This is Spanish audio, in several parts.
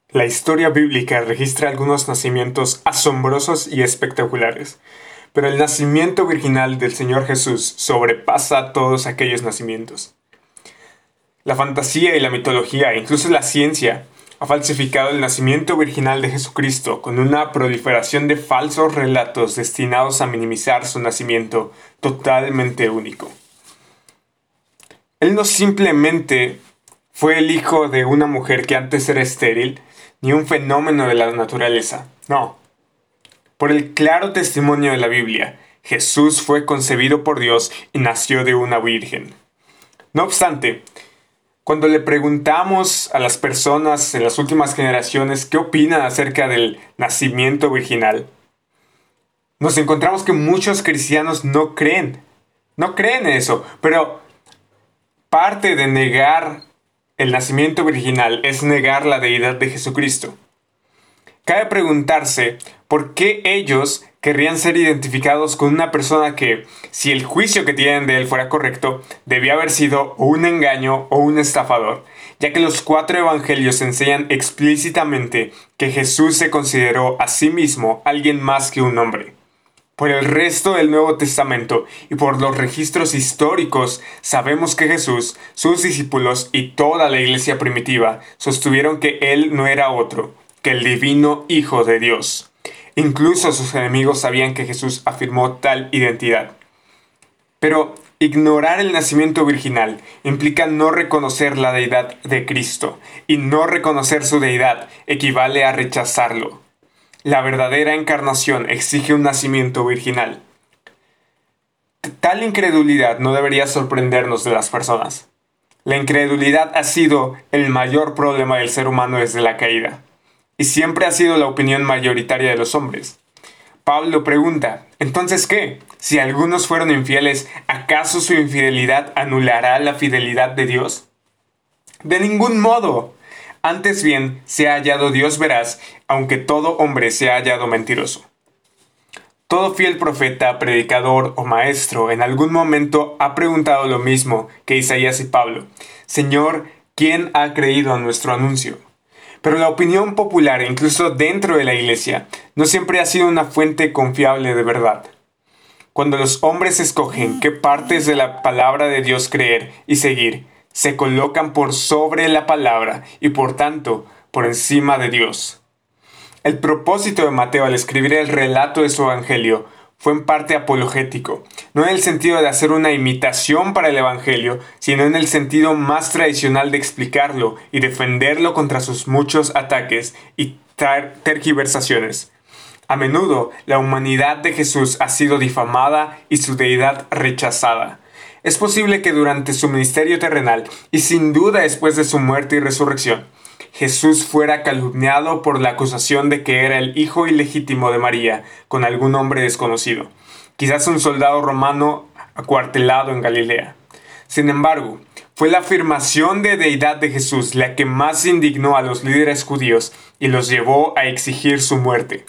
La historia bíblica registra algunos nacimientos asombrosos y espectaculares, pero el nacimiento virginal del Señor Jesús sobrepasa todos aquellos nacimientos. La fantasía y la mitología, incluso la ciencia, ha falsificado el nacimiento virginal de Jesucristo con una proliferación de falsos relatos destinados a minimizar su nacimiento totalmente único. Él no simplemente fue el hijo de una mujer que antes era estéril, ni un fenómeno de la naturaleza. No. Por el claro testimonio de la Biblia, Jesús fue concebido por Dios y nació de una virgen. No obstante, cuando le preguntamos a las personas en las últimas generaciones qué opinan acerca del nacimiento virginal, nos encontramos que muchos cristianos no creen en eso, pero parte de negar el nacimiento virginal es negar la deidad de Jesucristo. Cabe preguntarse por qué ellos querrían ser identificados con una persona que, si el juicio que tienen de él fuera correcto, debía haber sido o un engaño o un estafador, ya que los 4 evangelios enseñan explícitamente que Jesús se consideró a sí mismo alguien más que un hombre. Por el resto del Nuevo Testamento y por los registros históricos, sabemos que Jesús, sus discípulos y toda la iglesia primitiva sostuvieron que Él no era otro que el divino Hijo de Dios. Incluso sus enemigos sabían que Jesús afirmó tal identidad. Pero ignorar el nacimiento virginal implica no reconocer la deidad de Cristo, y no reconocer su deidad equivale a rechazarlo. La verdadera encarnación exige un nacimiento virginal. Tal incredulidad no debería sorprendernos de las personas. La incredulidad ha sido el mayor problema del ser humano desde la caída, y siempre ha sido la opinión mayoritaria de los hombres. Pablo pregunta, ¿entonces qué? Si algunos fueron infieles, ¿acaso su infidelidad anulará la fidelidad de Dios? De ningún modo. Antes bien, se ha hallado Dios veraz, aunque todo hombre se ha hallado mentiroso. Todo fiel profeta, predicador o maestro en algún momento ha preguntado lo mismo que Isaías y Pablo. Señor, ¿quién ha creído a nuestro anuncio? Pero la opinión popular, incluso dentro de la iglesia, no siempre ha sido una fuente confiable de verdad. Cuando los hombres escogen qué partes de la palabra de Dios creer y seguir, se colocan por sobre la palabra y por tanto por encima de Dios. El propósito de Mateo al escribir el relato de su evangelio fue en parte apologético, no en el sentido de hacer una imitación para el evangelio, sino en el sentido más tradicional de explicarlo y defenderlo contra sus muchos ataques y tergiversaciones. A menudo la humanidad de Jesús ha sido difamada y su deidad rechazada. Es posible que durante su ministerio terrenal, y sin duda después de su muerte y resurrección, Jesús fuera calumniado por la acusación de que era el hijo ilegítimo de María con algún hombre desconocido, quizás un soldado romano acuartelado en Galilea. Sin embargo, fue la afirmación de deidad de Jesús la que más indignó a los líderes judíos y los llevó a exigir su muerte.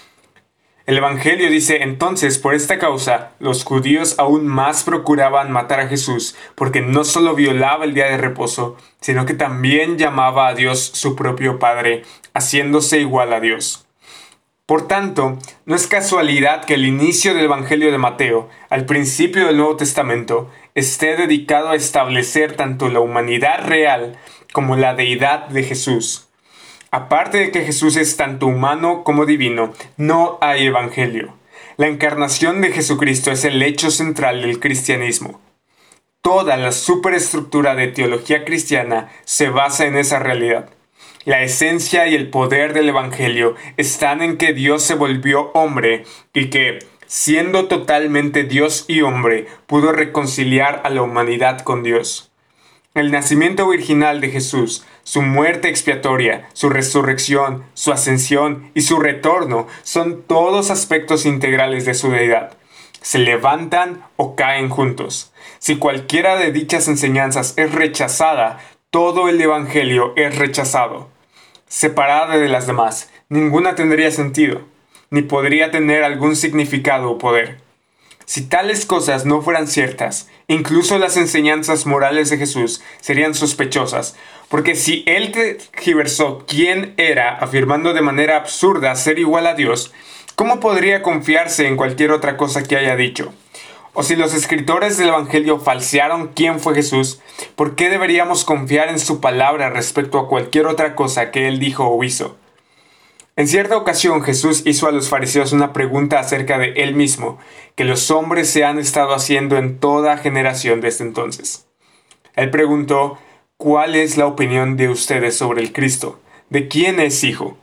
El Evangelio dice, entonces, por esta causa, los judíos aún más procuraban matar a Jesús, porque no solo violaba el día de reposo, sino que también llamaba a Dios su propio Padre, haciéndose igual a Dios. Por tanto, no es casualidad que el inicio del Evangelio de Mateo, al principio del Nuevo Testamento, esté dedicado a establecer tanto la humanidad real como la deidad de Jesús. Aparte de que Jesús es tanto humano como divino, no hay evangelio. La encarnación de Jesucristo es el hecho central del cristianismo. Toda la superestructura de teología cristiana se basa en esa realidad. La esencia y el poder del evangelio están en que Dios se volvió hombre y que, siendo totalmente Dios y hombre, pudo reconciliar a la humanidad con Dios. El nacimiento virginal de Jesús, su muerte expiatoria, su resurrección, su ascensión y su retorno son todos aspectos integrales de su deidad. Se levantan o caen juntos. Si cualquiera de dichas enseñanzas es rechazada, todo el evangelio es rechazado. Separada de las demás, ninguna tendría sentido, ni podría tener algún significado o poder. Si tales cosas no fueran ciertas, incluso las enseñanzas morales de Jesús serían sospechosas, porque si él tergiversó quién era, afirmando de manera absurda ser igual a Dios, ¿cómo podría confiarse en cualquier otra cosa que haya dicho? O si los escritores del Evangelio falsearon quién fue Jesús, ¿por qué deberíamos confiar en su palabra respecto a cualquier otra cosa que él dijo o hizo? En cierta ocasión Jesús hizo a los fariseos una pregunta acerca de él mismo, que los hombres se han estado haciendo en toda generación desde entonces. Él preguntó, ¿cuál es la opinión de ustedes sobre el Cristo? ¿De quién es hijo?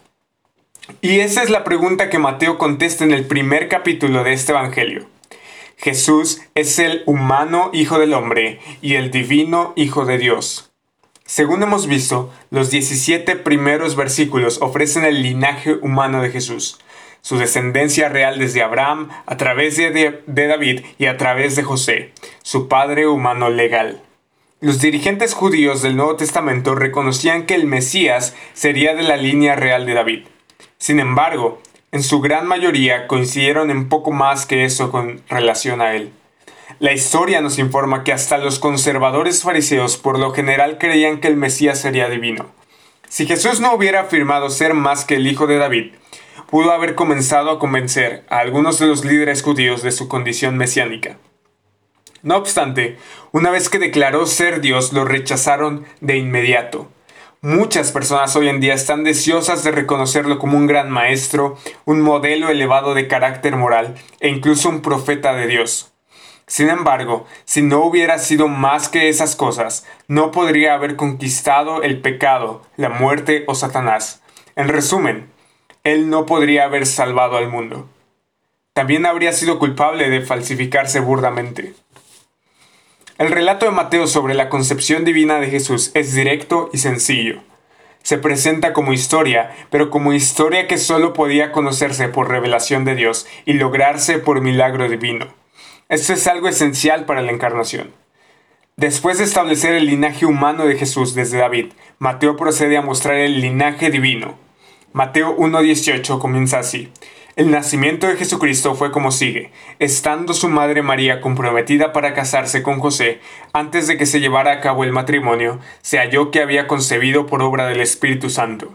Y esa es la pregunta que Mateo contesta en el primer capítulo de este Evangelio. Jesús es el humano Hijo del Hombre y el divino Hijo de Dios. Según hemos visto, los 17 primeros versículos ofrecen el linaje humano de Jesús, su descendencia real desde Abraham, a través de David y a través de José, su padre humano legal. Los dirigentes judíos del Nuevo Testamento reconocían que el Mesías sería de la línea real de David. Sin embargo, en su gran mayoría coincidieron en poco más que eso con relación a él. La historia nos informa que hasta los conservadores fariseos por lo general creían que el Mesías sería divino. Si Jesús no hubiera afirmado ser más que el hijo de David, pudo haber comenzado a convencer a algunos de los líderes judíos de su condición mesiánica. No obstante, una vez que declaró ser Dios, lo rechazaron de inmediato. Muchas personas hoy en día están deseosas de reconocerlo como un gran maestro, un modelo elevado de carácter moral e incluso un profeta de Dios. Sin embargo, si no hubiera sido más que esas cosas, no podría haber conquistado el pecado, la muerte o Satanás. En resumen, él no podría haber salvado al mundo. También habría sido culpable de falsificarse burdamente. El relato de Mateo sobre la concepción divina de Jesús es directo y sencillo. Se presenta como historia, pero como historia que solo podía conocerse por revelación de Dios y lograrse por milagro divino. Esto es algo esencial para la encarnación. Después de establecer el linaje humano de Jesús desde David, Mateo procede a mostrar el linaje divino. Mateo 1:18 comienza así. El nacimiento de Jesucristo fue como sigue. Estando su madre María comprometida para casarse con José, antes de que se llevara a cabo el matrimonio, se halló que había concebido por obra del Espíritu Santo.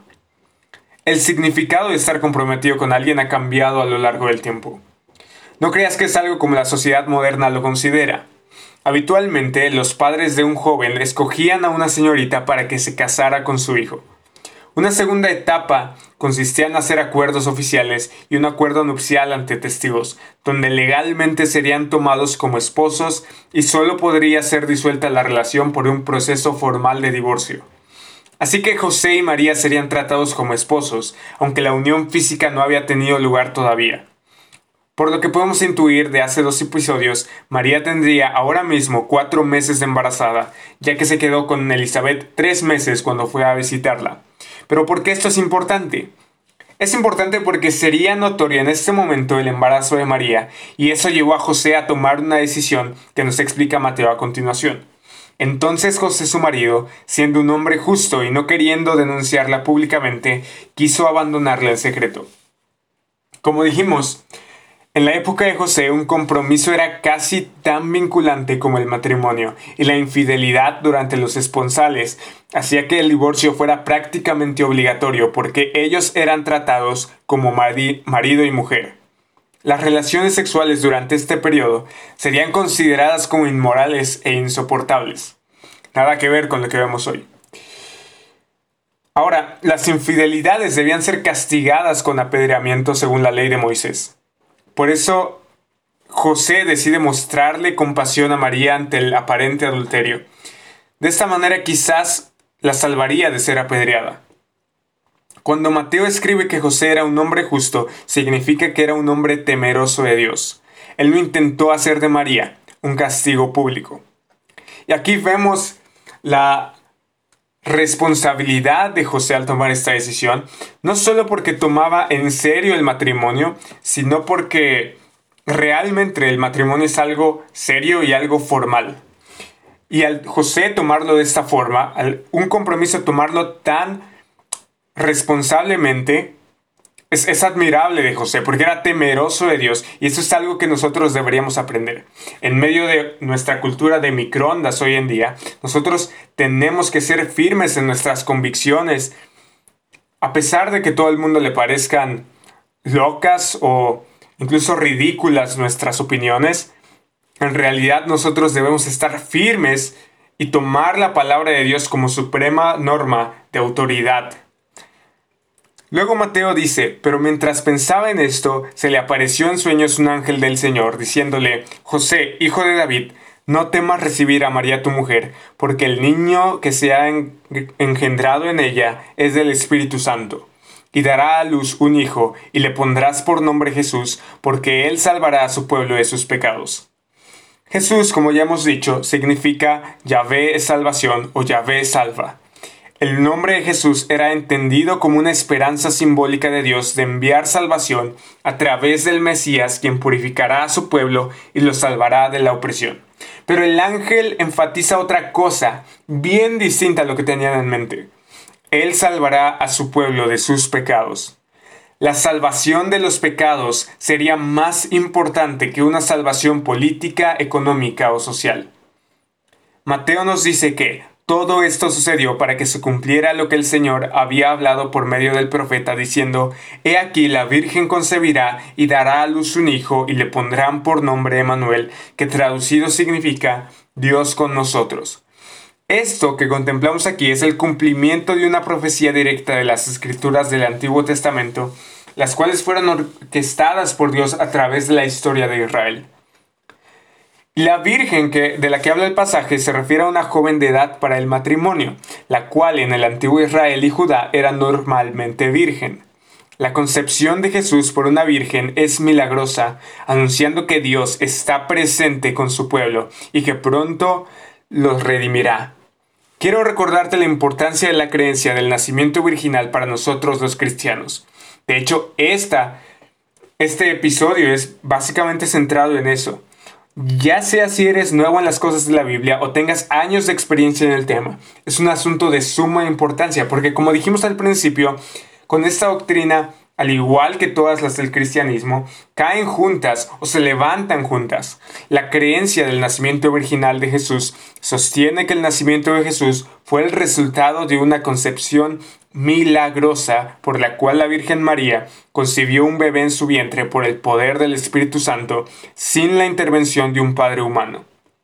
El significado de estar comprometido con alguien ha cambiado a lo largo del tiempo. No creas que es algo como la sociedad moderna lo considera. Habitualmente, los padres de un joven escogían a una señorita para que se casara con su hijo. Una segunda etapa consistía en hacer acuerdos oficiales y un acuerdo nupcial ante testigos, donde legalmente serían tomados como esposos y solo podría ser disuelta la relación por un proceso formal de divorcio. Así que José y María serían tratados como esposos, aunque la unión física no había tenido lugar todavía. Por lo que podemos intuir de hace 2 episodios, María tendría ahora mismo 4 meses de embarazada, ya que se quedó con Elizabeth 3 meses cuando fue a visitarla. ¿Pero por qué esto es importante? Es importante porque sería notorio en este momento el embarazo de María, y eso llevó a José a tomar una decisión que nos explica Mateo a continuación. Entonces José, su marido, siendo un hombre justo y no queriendo denunciarla públicamente, quiso abandonarla en secreto. Como dijimos, en la época de José, un compromiso era casi tan vinculante como el matrimonio, y la infidelidad durante los esponsales hacía que el divorcio fuera prácticamente obligatorio porque ellos eran tratados como marido y mujer. Las relaciones sexuales durante este periodo serían consideradas como inmorales e insoportables. Nada que ver con lo que vemos hoy. Ahora, las infidelidades debían ser castigadas con apedreamiento según la ley de Moisés. Por eso, José decide mostrarle compasión a María ante el aparente adulterio. De esta manera quizás la salvaría de ser apedreada. Cuando Mateo escribe que José era un hombre justo, significa que era un hombre temeroso de Dios. Él no intentó hacer de María un castigo público. Y aquí vemos la responsabilidad de José al tomar esta decisión, no solo porque tomaba en serio el matrimonio, sino porque realmente el matrimonio es algo serio y algo formal. Y al José tomarlo de esta forma, un compromiso tomarlo tan responsablemente, Es admirable de José porque era temeroso de Dios y eso es algo que nosotros deberíamos aprender. En medio de nuestra cultura de microondas hoy en día, nosotros tenemos que ser firmes en nuestras convicciones, a pesar de que todo el mundo le parezcan locas o incluso ridículas nuestras opiniones. En realidad nosotros debemos estar firmes y tomar la palabra de Dios como suprema norma de autoridad. Luego Mateo dice, pero mientras pensaba en esto, se le apareció en sueños un ángel del Señor, diciéndole, José, hijo de David, no temas recibir a María tu mujer, porque el niño que se ha engendrado en ella es del Espíritu Santo. Y dará a luz un hijo, y le pondrás por nombre Jesús, porque él salvará a su pueblo de sus pecados. Jesús, como ya hemos dicho, significa Yahvé es salvación o Yahvé salva. El nombre de Jesús era entendido como una esperanza simbólica de Dios de enviar salvación a través del Mesías, quien purificará a su pueblo y lo salvará de la opresión. Pero el ángel enfatiza otra cosa, bien distinta a lo que tenían en mente. Él salvará a su pueblo de sus pecados. La salvación de los pecados sería más importante que una salvación política, económica o social. Mateo nos dice que todo esto sucedió para que se cumpliera lo que el Señor había hablado por medio del profeta, diciendo, He aquí la Virgen concebirá y dará a luz un hijo y le pondrán por nombre Emmanuel, que traducido significa Dios con nosotros. Esto que contemplamos aquí es el cumplimiento de una profecía directa de las Escrituras del Antiguo Testamento, las cuales fueron orquestadas por Dios a través de la historia de Israel. La virgen de la que habla el pasaje se refiere a una joven de edad para el matrimonio, la cual en el antiguo Israel y Judá era normalmente virgen. La concepción de Jesús por una virgen es milagrosa, anunciando que Dios está presente con su pueblo y que pronto los redimirá. Quiero recordarte la importancia de la creencia del nacimiento virginal para nosotros los cristianos. De hecho, este episodio es básicamente centrado en eso. Ya sea si eres nuevo en las cosas de la Biblia o tengas años de experiencia en el tema, es un asunto de suma importancia porque, como dijimos al principio, con esta doctrina, al igual que todas las del cristianismo, caen juntas o se levantan juntas. La creencia del nacimiento virginal de Jesús sostiene que el nacimiento de Jesús fue el resultado de una concepción milagrosa por la cual la Virgen María concibió un bebé en su vientre por el poder del Espíritu Santo sin la intervención de un padre humano.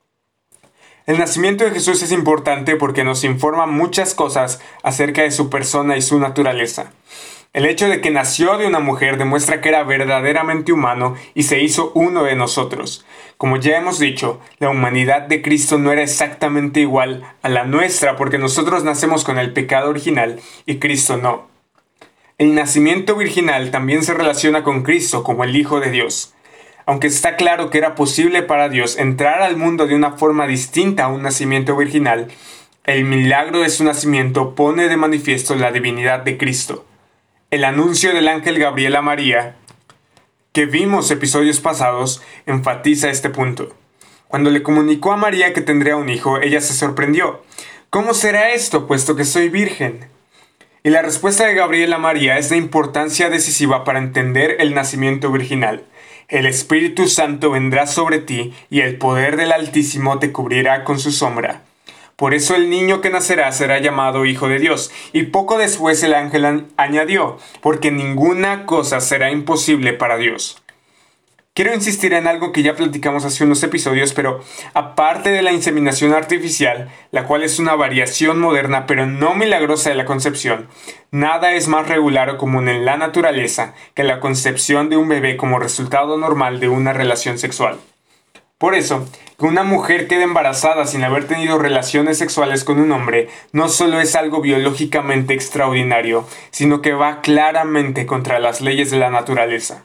El nacimiento de Jesús es importante porque nos informa muchas cosas acerca de su persona y su naturaleza. El hecho de que nació de una mujer demuestra que era verdaderamente humano y se hizo uno de nosotros. Como ya hemos dicho, la humanidad de Cristo no era exactamente igual a la nuestra porque nosotros nacemos con el pecado original y Cristo no. El nacimiento virginal también se relaciona con Cristo como el Hijo de Dios. Aunque está claro que era posible para Dios entrar al mundo de una forma distinta a un nacimiento virginal, el milagro de su nacimiento pone de manifiesto la divinidad de Cristo. El anuncio del ángel Gabriel a María, que vimos episodios pasados, enfatiza este punto. Cuando le comunicó a María que tendría un hijo, ella se sorprendió. ¿Cómo será esto, puesto que soy virgen? Y la respuesta de Gabriel a María es de importancia decisiva para entender el nacimiento virginal. El Espíritu Santo vendrá sobre ti y el poder del Altísimo te cubrirá con su sombra. Por eso el niño que nacerá será llamado Hijo de Dios. Y poco después el ángel añadió, porque ninguna cosa será imposible para Dios. Quiero insistir en algo que ya platicamos hace unos episodios, pero aparte de la inseminación artificial, la cual es una variación moderna pero no milagrosa de la concepción, nada es más regular o común en la naturaleza que la concepción de un bebé como resultado normal de una relación sexual. Por eso, que una mujer quede embarazada sin haber tenido relaciones sexuales con un hombre no solo es algo biológicamente extraordinario, sino que va claramente contra las leyes de la naturaleza.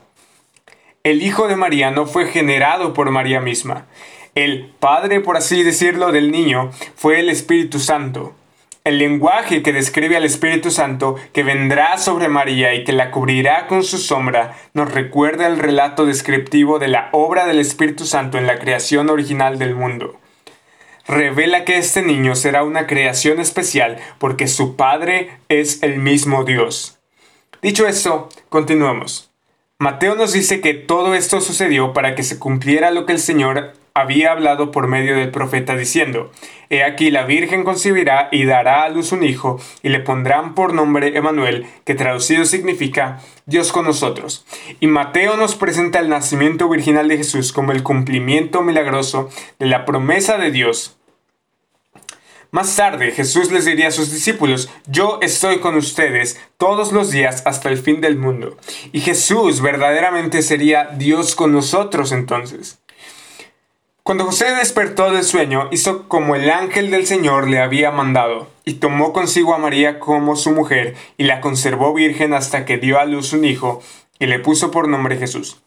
El Hijo de María no fue generado por María misma. El padre, por así decirlo, del niño fue el Espíritu Santo. El lenguaje que describe al Espíritu Santo que vendrá sobre María y que la cubrirá con su sombra nos recuerda el relato descriptivo de la obra del Espíritu Santo en la creación original del mundo. Revela que este niño será una creación especial porque su padre es el mismo Dios. Dicho esto, continuemos. Mateo nos dice que todo esto sucedió para que se cumpliera lo que el Señor había hablado por medio del profeta diciendo: He aquí la Virgen concebirá y dará a luz un hijo, y le pondrán por nombre Emmanuel, que traducido significa Dios con nosotros. Y Mateo nos presenta el nacimiento virginal de Jesús como el cumplimiento milagroso de la promesa de Dios. Más tarde, Jesús les diría a sus discípulos: Yo estoy con ustedes todos los días hasta el fin del mundo. Y Jesús verdaderamente sería Dios con nosotros entonces. Cuando José despertó del sueño, hizo como el ángel del Señor le había mandado, y tomó consigo a María como su mujer, y la conservó virgen hasta que dio a luz un hijo, y le puso por nombre Jesús.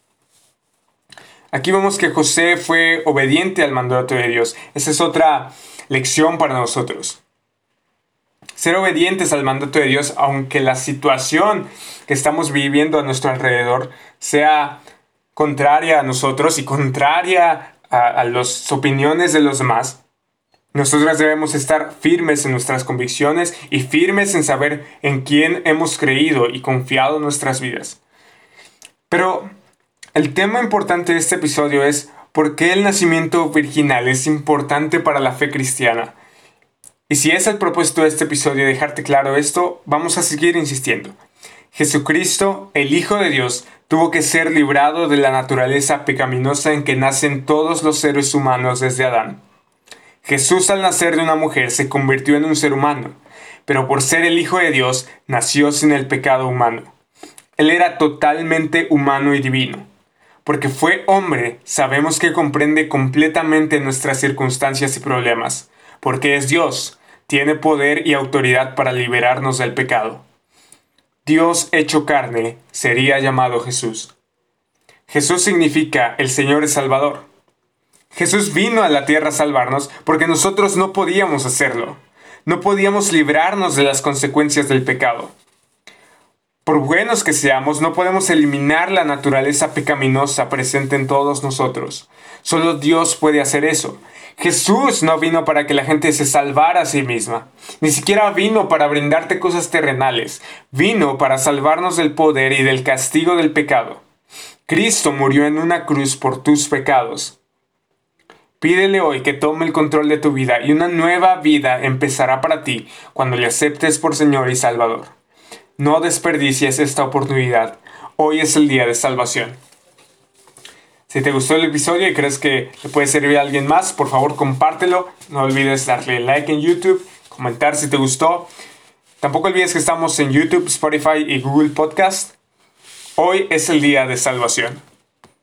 Aquí vemos que José fue obediente al mandato de Dios. Esa es otra lección para nosotros. Ser obedientes al mandato de Dios, aunque la situación que estamos viviendo a nuestro alrededor sea contraria a nosotros y contraria a las opiniones de los demás. Nosotros debemos estar firmes en nuestras convicciones y firmes en saber en quién hemos creído y confiado en nuestras vidas. Pero el tema importante de este episodio es por qué el nacimiento virginal es importante para la fe cristiana. Y si es el propósito de este episodio dejarte claro esto, vamos a seguir insistiendo. Jesucristo, el Hijo de Dios, tuvo que ser librado de la naturaleza pecaminosa en que nacen todos los seres humanos desde Adán. Jesús, al nacer de una mujer, se convirtió en un ser humano, pero por ser el Hijo de Dios, nació sin el pecado humano. Él era totalmente humano y divino. Porque fue hombre, sabemos que comprende completamente nuestras circunstancias y problemas. Porque es Dios, tiene poder y autoridad para liberarnos del pecado. Dios hecho carne sería llamado Jesús. Jesús significa el Señor es Salvador. Jesús vino a la tierra a salvarnos porque nosotros no podíamos hacerlo. No podíamos librarnos de las consecuencias del pecado. Por buenos que seamos, no podemos eliminar la naturaleza pecaminosa presente en todos nosotros. Solo Dios puede hacer eso. Jesús no vino para que la gente se salvara a sí misma. Ni siquiera vino para brindarte cosas terrenales. Vino para salvarnos del poder y del castigo del pecado. Cristo murió en una cruz por tus pecados. Pídele hoy que tome el control de tu vida y una nueva vida empezará para ti cuando le aceptes por Señor y Salvador. No desperdicies esta oportunidad. Hoy es el día de salvación. Si te gustó el episodio y crees que le puede servir a alguien más, por favor compártelo. No olvides darle like en YouTube, comentar si te gustó. Tampoco olvides que estamos en YouTube, Spotify y Google Podcast. Hoy es el día de salvación.